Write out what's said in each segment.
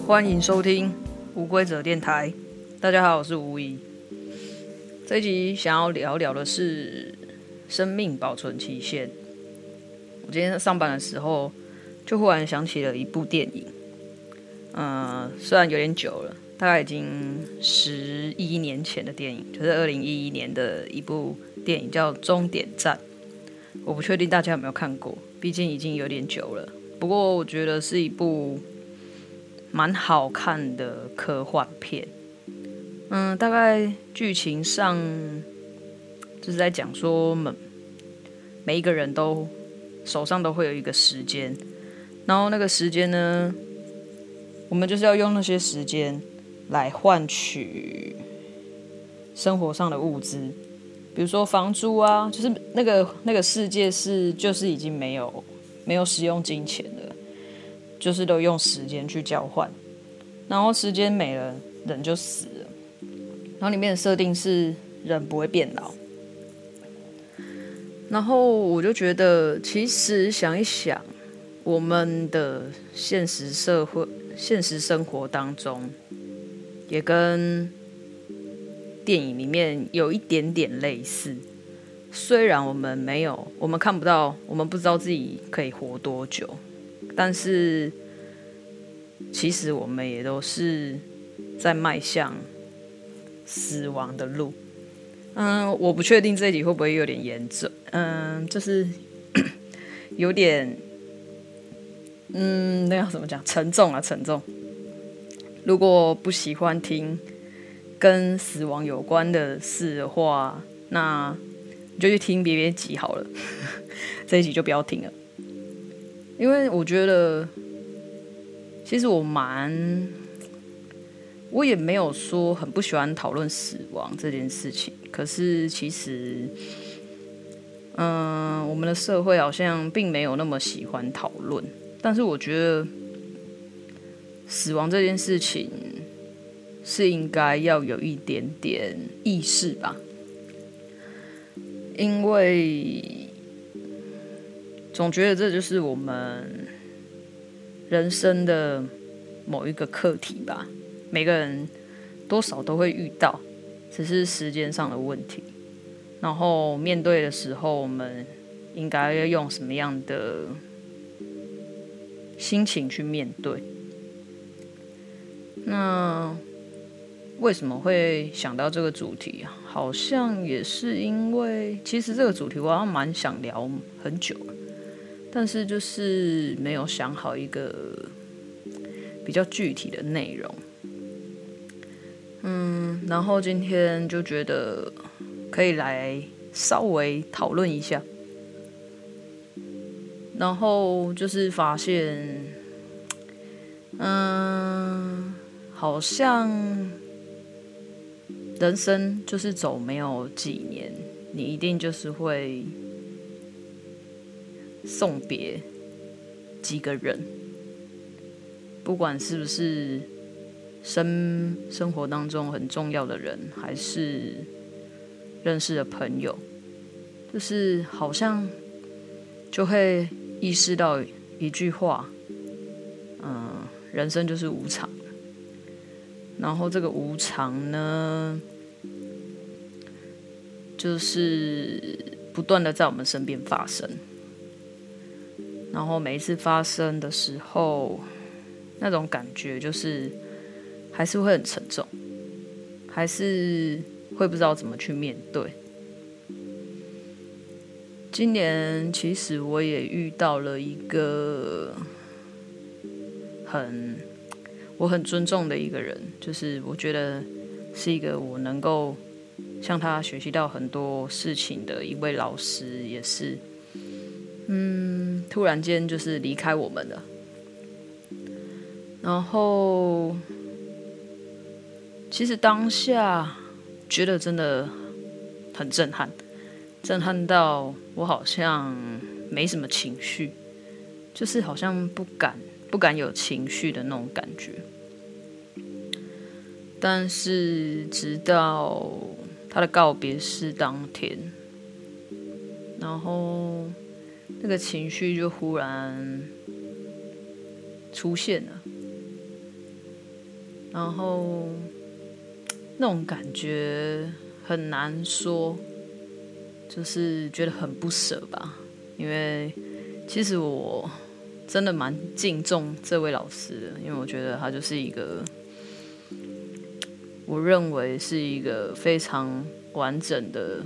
欢迎收听无规则电台。大家好，我是吴怡。这一集想要聊聊的是生命保存期限。我今天上班的时候，就忽然想起了一部电影。虽然有点久了，大概已经11年前的电影，就是2011年的一部电影，叫《终点站》。我不确定大家有没有看过，毕竟已经有点久了。不过我觉得是一部蛮好看的科幻片。大概剧情上就是在讲说，每一个人都手上都会有一个时间，然后那个时间呢，我们就是要用那些时间来换取生活上的物资，比如说房租啊，就是那个世界就是已经没有使用金钱了，就是都用时间去交换，然后时间没了，人就死了。然后里面的设定是人不会变老，然后我就觉得，其实想一想，我们的现实生活当中，也跟电影里面有一点点类似。虽然我们看不到，我们不知道自己可以活多久，但是其实我们也都是在迈向死亡的路。我不确定这一集会不会有点严重，就是有点，那要怎么讲？沉重。如果不喜欢听跟死亡有关的事的话，那你就去听别集好了，这一集就不要听了。因为我觉得，其实我也没有说很不喜欢讨论死亡这件事情，可是其实，我们的社会好像并没有那么喜欢讨论。但是我觉得，死亡这件事情是应该要有一点点意识吧，因为总觉得这就是我们人生的某一个课题吧。每个人多少都会遇到，只是时间上的问题。然后面对的时候，我们应该要用什么样的心情去面对？那为什么会想到这个主题啊？好像也是因为，其实这个主题我好像蛮想聊很久了，但是就是没有想好一个比较具体的内容。然后今天就觉得可以来稍微讨论一下，然后就是发现，好像人生就是走没有几年，你一定就是会送别几个人，不管是不是生活当中很重要的人，还是认识的朋友，就是好像就会意识到一句话，人生就是无常。然后这个无常呢，就是不断的在我们身边发生，然后每一次发生的时候，那种感觉就是还是会很沉重，还是会不知道怎么去面对。今年其实我也遇到了一个我很尊重的一个人，就是我觉得是一个我能够向他学习到很多事情的一位老师，也是突然间就是离开我们了。然后其实当下觉得真的很震撼到我好像没什么情绪，就是好像不敢有情绪的那种感觉。但是直到他的告别式当天，然后那个情绪就忽然出现了。 然后那种感觉很难说，就是觉得很不舍吧。因为其实我真的蛮敬重这位老师的，因为我觉得他就是一个，我认为是一个非常完整的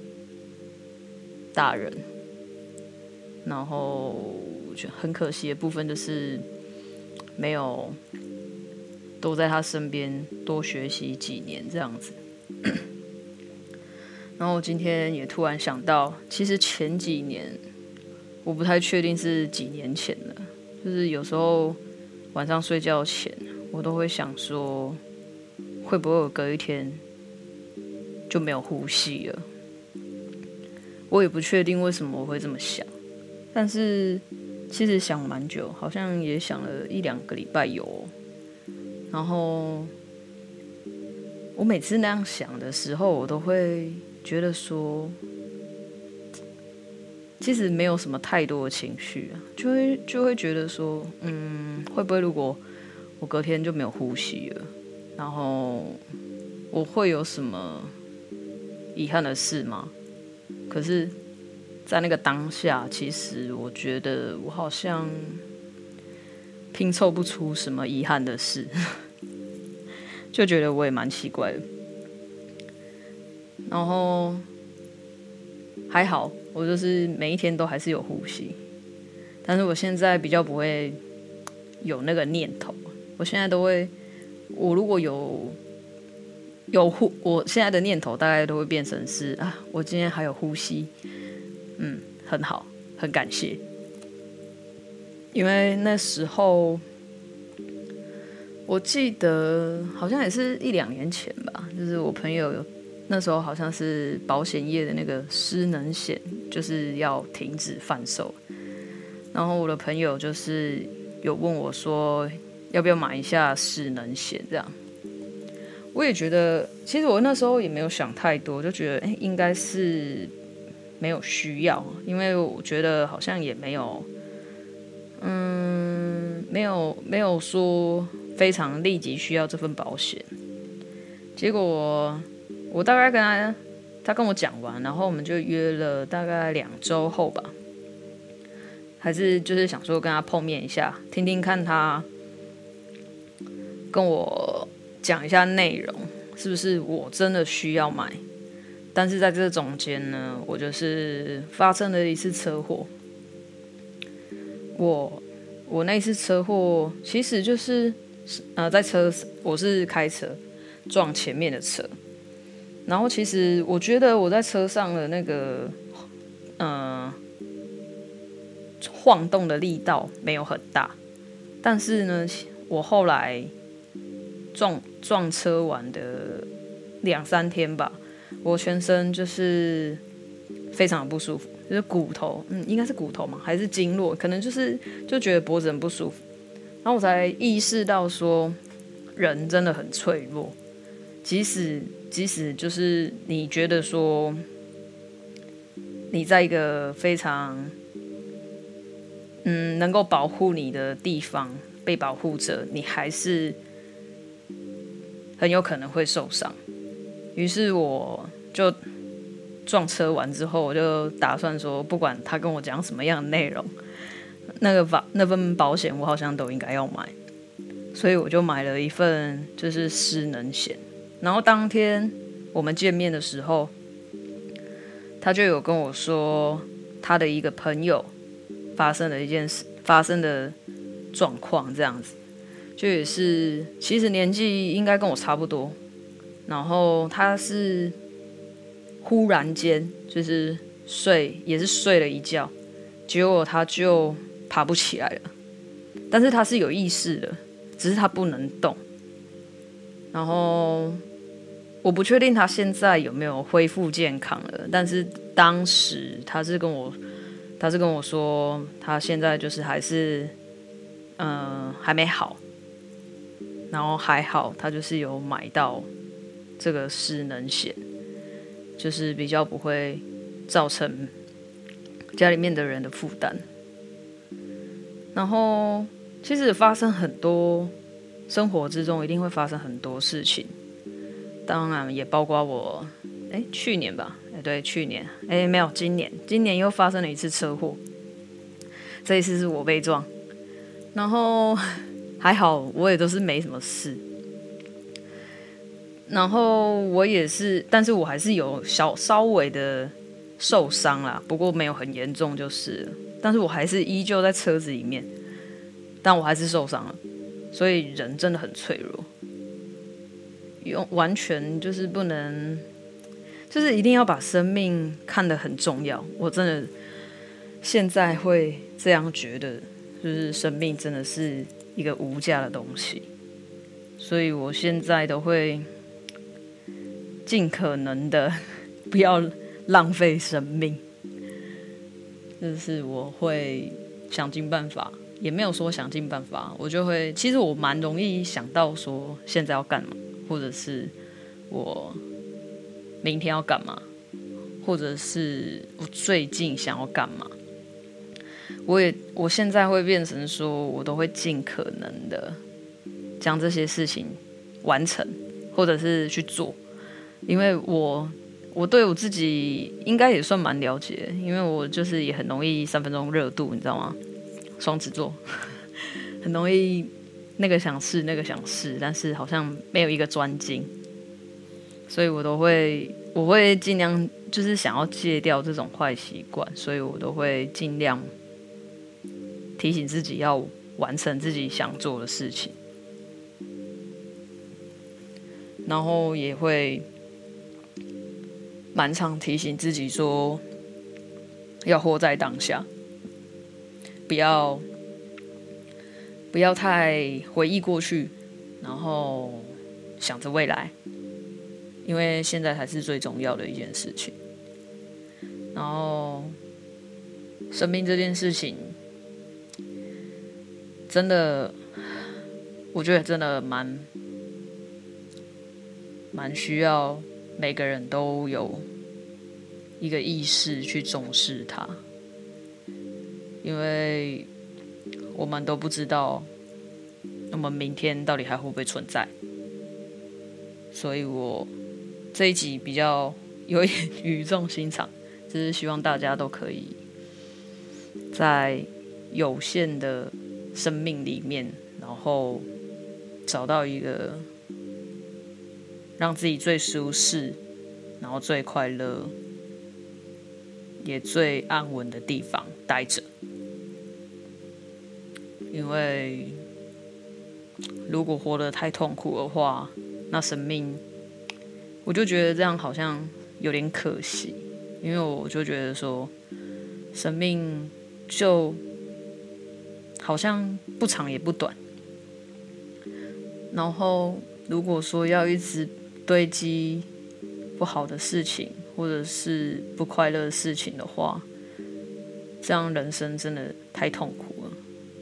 大人。然后很可惜的部分就是没有多在他身边多学习几年这样子。然后我今天也突然想到，其实前几年我不太确定是几年前了，就是有时候晚上睡觉前我都会想说，会不会有隔一天就没有呼吸了。我也不确定为什么我会这么想，但是其实想蛮久，好像也想了1-2个礼拜有。然后我每次那样想的时候，我都会觉得说，其实没有什么太多的情绪啊，就会觉得说，会不会如果我隔天就没有呼吸了，然后我会有什么遗憾的事吗？可是在那个当下，其实我觉得我好像拼凑不出什么遗憾的事，就觉得我也蛮奇怪的。然后还好，我就是每一天都还是有呼吸，但是我现在比较不会有那个念头。我现在都会，我如果有我现在的念头大概都会变成是啊，我今天还有呼吸，很好，很感谢。因为那时候我记得好像也是1-2年前吧，就是我朋友那时候好像是保险业的那个失能险就是要停止贩售，然后我的朋友就是有问我说要不要买一下失能险这样。我也觉得，其实我那时候也没有想太多，就觉得应该是没有需要，因为我觉得好像也没有，没有说非常立即需要这份保险。结果我大概跟他跟我讲完，然后我们就约了大概2周后吧，还是就是想说跟他碰面一下，听听看他跟我讲一下内容是不是我真的需要买。但是在这中间呢，我就是发生了一次车祸。我那一次车祸其实就是在车，我是开车撞前面的车，然后其实我觉得我在车上的那个晃动的力道没有很大，但是呢，我后来撞车完的2-3天吧，我全身就是非常的不舒服，就是骨头，应该是骨头嘛，还是经络，可能就觉得脖子很不舒服，然后我才意识到说，人真的很脆弱，即使就是你觉得说，你在一个非常能够保护你的地方被保护着，你还是很有可能会受伤。于是我就撞车完之后，我就打算说，不管他跟我讲什么样的内容，那份保险我好像都应该要买，所以我就买了一份就是失能险。然后当天我们见面的时候，他就有跟我说他的一个朋友发生的状况，这样子，就也是其实年纪应该跟我差不多，然后他是忽然间就是也是睡了一觉，结果他就爬不起来了，但是他是有意识的，只是他不能动。然后我不确定他现在有没有恢复健康了，但是当时他是跟我说，他现在就是还是还没好，然后还好他就是有买到这个失能险，就是比较不会造成家里面的人的负担。然后其实发生很多生活之中一定会发生很多事情，当然也包括我，去年吧，对，去年，没有，今年又发生了一次车祸，这一次是我被撞，然后还好我也都是没什么事，然后我也是，但是我还是有稍微的受伤啦，不过没有很严重就是了，但是我还是依旧在车子里面，但我还是受伤了，所以人真的很脆弱，完全就是不能，就是一定要把生命看得很重要。我真的现在会这样觉得，就是生命真的是一个无价的东西，所以我现在都会尽可能的不要浪费生命，就是我会想尽办法，也没有说想尽办法，我就会，其实我蛮容易想到说现在要干嘛，或者是我明天要干嘛，或者是我最近想要干嘛。我现在会变成说，我都会尽可能的将这些事情完成，或者是去做，因为我对我自己应该也算蛮了解，因为我就是也很容易3分钟热度，你知道吗？双子座很容易那个想试那个想试，但是好像没有一个专精，所以我会尽量就是想要戒掉这种坏习惯，所以我都会尽量提醒自己要完成自己想做的事情，然后也会蛮常提醒自己说要活在当下，不要太回忆过去，然后想着未来，因为现在才是最重要的一件事情。然后生命这件事情真的，我觉得真的蛮需要每个人都有一个意识去重视它，因为我们都不知道我们明天到底还会不会存在，所以我这一集比较有一点语重心长，就是希望大家都可以在有限的生命里面，然后找到一个让自己最舒适，然后最快乐，也最安稳的地方待着。因为如果活得太痛苦的话，那生命我就觉得这样好像有点可惜，因为我就觉得说生命就好像不长也不短，然后如果说要一直堆积不好的事情或者是不快乐的事情的话，这样人生真的太痛苦了。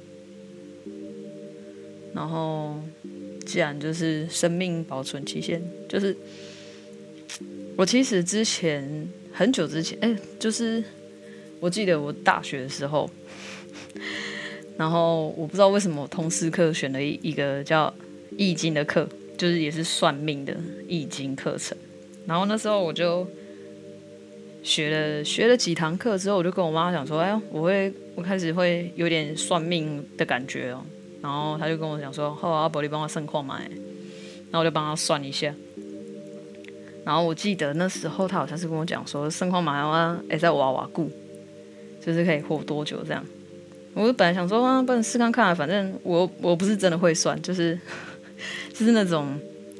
然后既然就是生命保存期限，就是我其实之前很久之前，就是我记得我大学的时候，然后我不知道为什么我通识课选了一个叫易经的课，就是也是算命的易经课程。然后那时候我就学了几堂课之后，我就跟我妈讲说，我开始会有点算命的感觉哦。然后她就跟我讲说，好啊，不然你帮我算看嘛。然后我就帮她算一下。然后我记得那时候她好像是跟我讲说，算看嘛，在娃久，就是可以活多久这样。我本来想说不能试看看，反正我不是真的会算，就是那种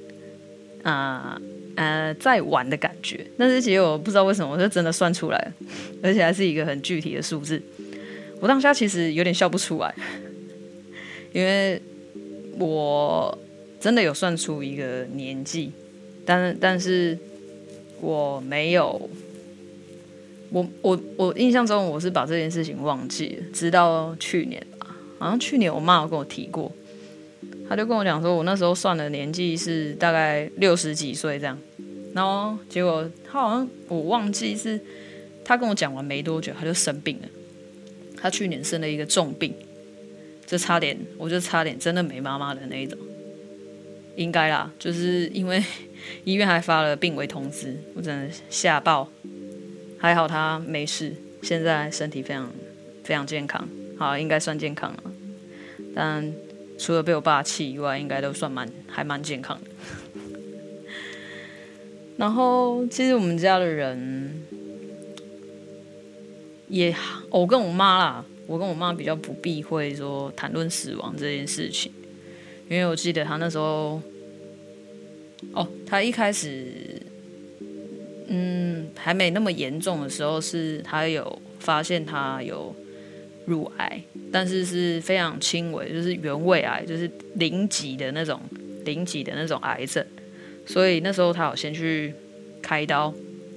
在玩的感觉。但是其实我不知道为什么，我就真的算出来了，而且还是一个很具体的数字。我当下其实有点笑不出来，因为我真的有算出一个年纪，但是我没有。我印象中我是把这件事情忘记了，直到去年吧，好像去年我妈有跟我提过，她就跟我讲说，我那时候算的年纪是大概60几岁这样，然后结果她好像我忘记是她跟我讲完没多久，她就生病了，她去年生了一个重病，我就差点真的没妈妈的那一种， 应该啦，就是因为医院还发了病危通知，我真的吓爆。还好他没事，现在身体非常非常健康，好，应该算健康了。但除了被我爸气以外，应该都算还蛮健康的。然后其实我们家的人也，我跟我妈啦，我跟我妈比较不避讳说谈论死亡这件事情，因为我记得她那时候，她一开始，还没那么严重的时候，是她有发现她有乳癌，但是是非常轻微，就是原位癌，就是零级的那种癌症，所以那时候她有先去开刀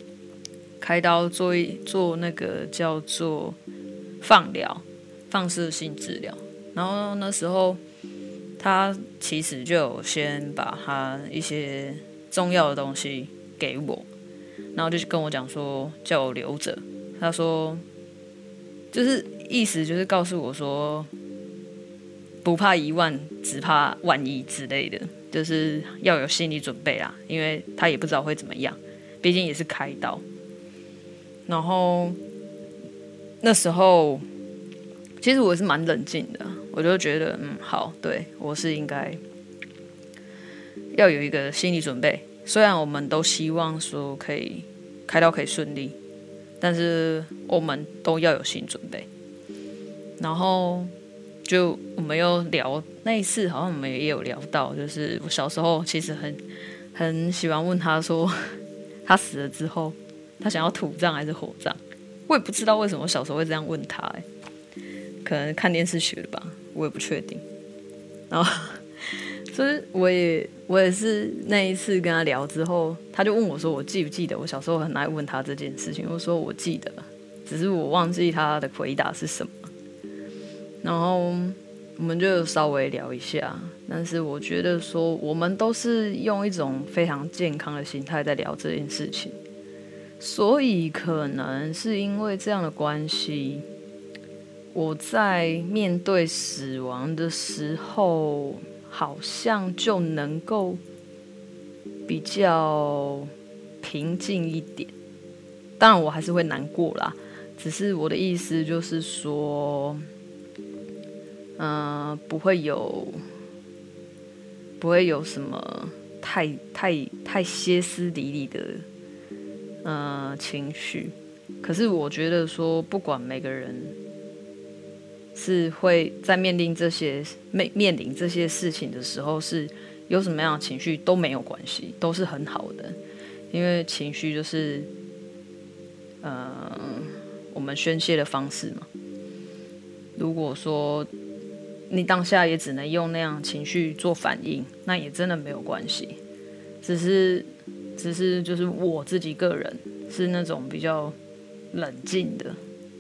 做那个叫做放射性治疗，然后那时候他其实就有先把他一些重要的东西给我，然后就跟我讲说叫我留着，他说就是意思就是告诉我说不怕一万只怕万一之类的，就是要有心理准备啦，因为他也不知道会怎么样，毕竟也是开刀。然后那时候其实我是蛮冷静的，我就觉得好，对，我是应该要有一个心理准备。虽然我们都希望说可以开刀可以顺利，但是我们都要有心理准备。然后就我们又聊那一次，好像我们也有聊到，就是我小时候其实很喜欢问他说，他死了之后，他想要土葬还是火葬？我也不知道为什么我小时候会这样问他，可能看电视学的吧，我也不确定。然后，所以我也是那一次跟他聊之后，他就问我说，我记不记得我小时候很爱问他这件事情？我说我记得，只是我忘记他的回答是什么。然后我们就稍微聊一下，但是我觉得说我们都是用一种非常健康的心态在聊这件事情，所以可能是因为这样的关系，我在面对死亡的时候，好像就能够比较平静一点。当然我还是会难过啦，只是我的意思就是说不会有什么太歇斯底里的情绪。可是我觉得说，不管每个人是会在面临这些事情的时候，是有什么样的情绪都没有关系，都是很好的，因为情绪就是我们宣泄的方式嘛。如果说你当下也只能用那样情绪做反应，那也真的没有关系。只是就是我自己个人是那种比较冷静的。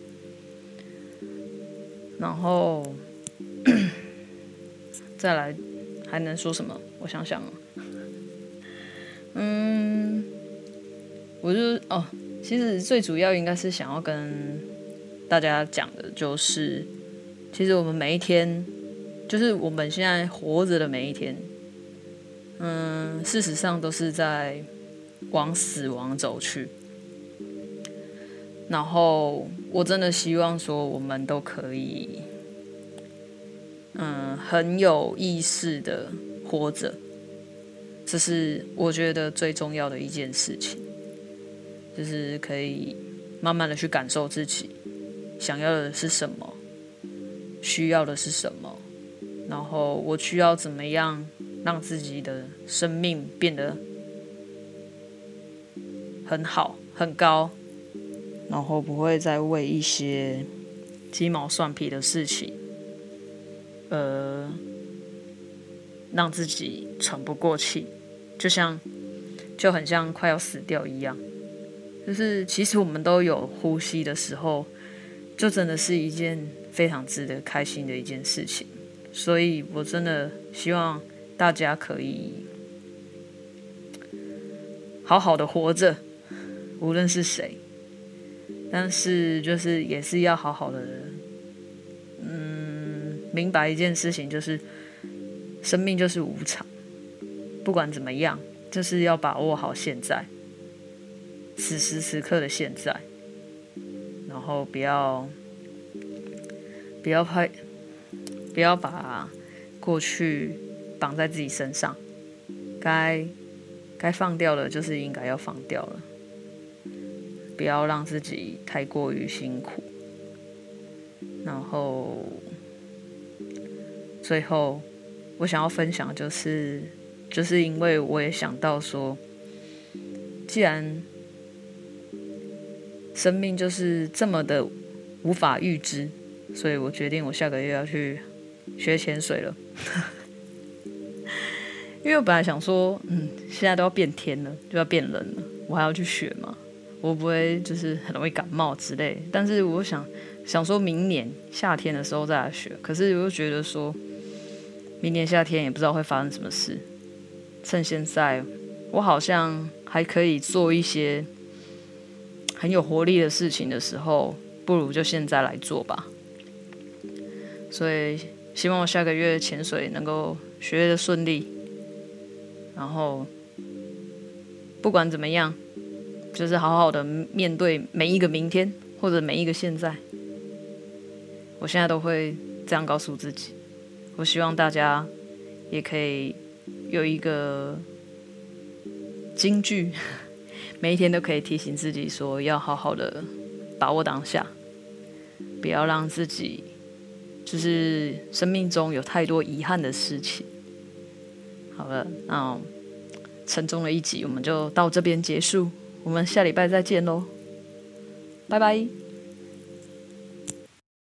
然后再来还能说什么？我想想我就其实最主要应该是想要跟大家讲的就是，其实我们每一天，就是我们现在活着的每一天，事实上都是在往死亡走去。然后我真的希望说，我们都可以，很有意识的活着，这是我觉得最重要的一件事情，就是可以慢慢的去感受自己想要的是什么，需要的是什么，然后我需要怎么样让自己的生命变得很好很高，然后不会再为一些鸡毛蒜皮的事情让自己喘不过气，就很像快要死掉一样。就是其实我们都有呼吸的时候，就真的是一件非常值得开心的一件事情。所以我真的希望大家可以好好的活着，无论是谁，但是就是也是要好好的明白一件事情，就是生命就是无常， 不管怎么样，就是要把握好现在，此时此刻的现在，然后不要把过去绑在自己身上，该放掉的，就是应该要放掉了，不要让自己太过于辛苦。然后最后我想要分享就是因为我也想到说，既然生命就是这么的无法预知，所以我决定我下个月要去学潜水了。因为我本来想说，现在都要变天了，就要变冷了，我还要去学嘛，我不会就是很容易感冒之类。但是我想说明年夏天的时候再来学，可是我又觉得说，明年夏天也不知道会发生什么事，趁现在我好像还可以做一些很有活力的事情的时候，不如就现在来做吧。所以希望我下个月潜水能够学得顺利，然后不管怎么样，就是好好的面对每一个明天或者每一个现在。我现在都会这样告诉自己。我希望大家也可以有一个金句，每一天都可以提醒自己说，要好好的把握当下，不要让自己就是生命中有太多遗憾的事情。好了，那沉重的一集我们就到这边结束，我们下礼拜再见咯，拜拜。